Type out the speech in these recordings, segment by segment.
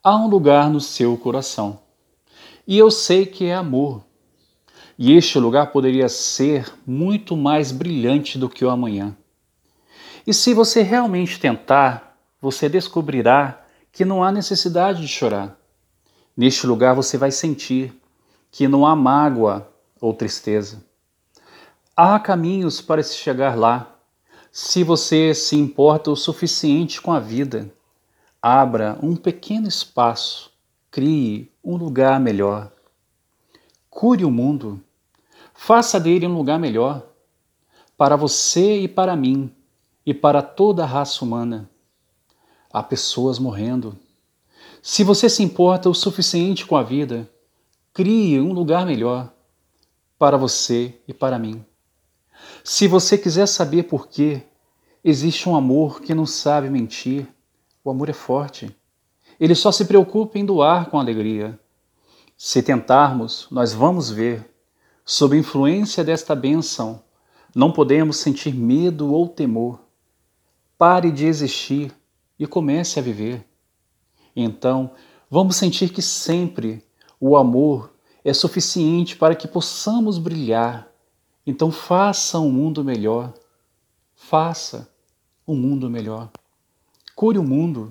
há um lugar no seu coração. E eu sei que é amor. E este lugar poderia ser muito mais brilhante do que o amanhã. E se você realmente tentar, você descobrirá que não há necessidade de chorar. Neste lugar você vai sentir que não há mágoa ou tristeza. Há caminhos para se chegar lá. Se você se importa o suficiente com a vida, abra um pequeno espaço, crie um lugar melhor. Cure o mundo, faça dele um lugar melhor, para você e para mim, e para toda a raça humana. Há pessoas morrendo. Se você se importa o suficiente com a vida, crie um lugar melhor, para você e para mim. Se você quiser saber por quê, existe um amor que não sabe mentir. O amor é forte. Ele só se preocupa em doar com alegria. Se tentarmos, nós vamos ver. Sob a influência desta bênção, não podemos sentir medo ou temor. Pare de existir e comece a viver. Então, vamos sentir que sempre o amor é suficiente para que possamos brilhar. Então, faça um mundo melhor. Faça um mundo melhor. Cure o mundo.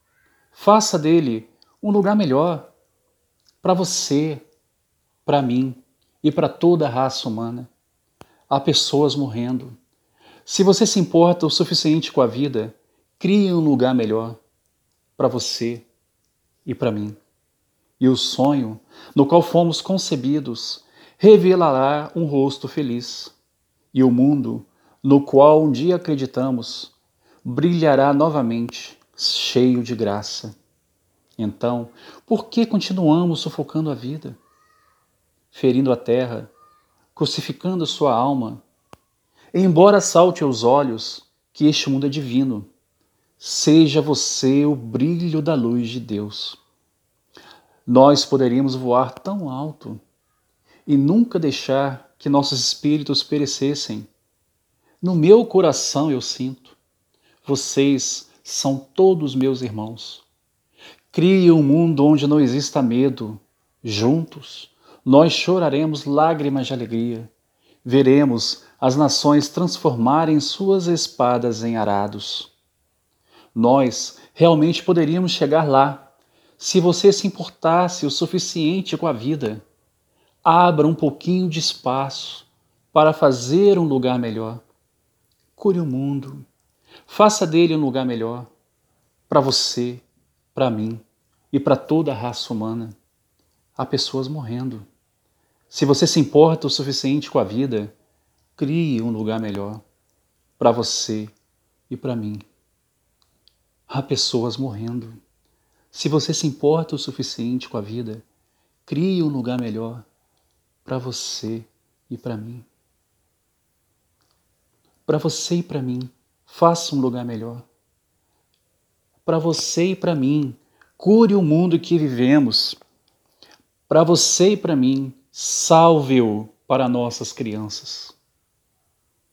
Faça dele um lugar melhor para você, para mim e para toda a raça humana. Há pessoas morrendo. Se você se importa o suficiente com a vida, crie um lugar melhor para você e para mim. E o sonho no qual fomos concebidos revelará um rosto feliz. E o mundo no qual um dia acreditamos brilhará novamente, cheio de graça. Então, por que continuamos sufocando a vida? Ferindo a terra, crucificando a sua alma? Embora salte aos olhos que este mundo é divino, seja você o brilho da luz de Deus. Nós poderíamos voar tão alto e nunca deixar que nossos espíritos perecessem. No meu coração eu sinto, vocês são todos meus irmãos. Crie um mundo onde não exista medo. Juntos, nós choraremos lágrimas de alegria. Veremos as nações transformarem suas espadas em arados. Nós realmente poderíamos chegar lá, se você se importasse o suficiente com a vida. Abra um pouquinho de espaço para fazer um lugar melhor. Cure o mundo. Faça dele um lugar melhor para você, para mim e para toda a raça humana. Há pessoas morrendo. Se você se importa o suficiente com a vida, crie um lugar melhor para você e para mim. Há pessoas morrendo. Se você se importa o suficiente com a vida, crie um lugar melhor para você e para mim. Para você e para mim, faça um lugar melhor. Para você e para mim, cure o mundo que vivemos. Para você e para mim, salve-o para nossas crianças.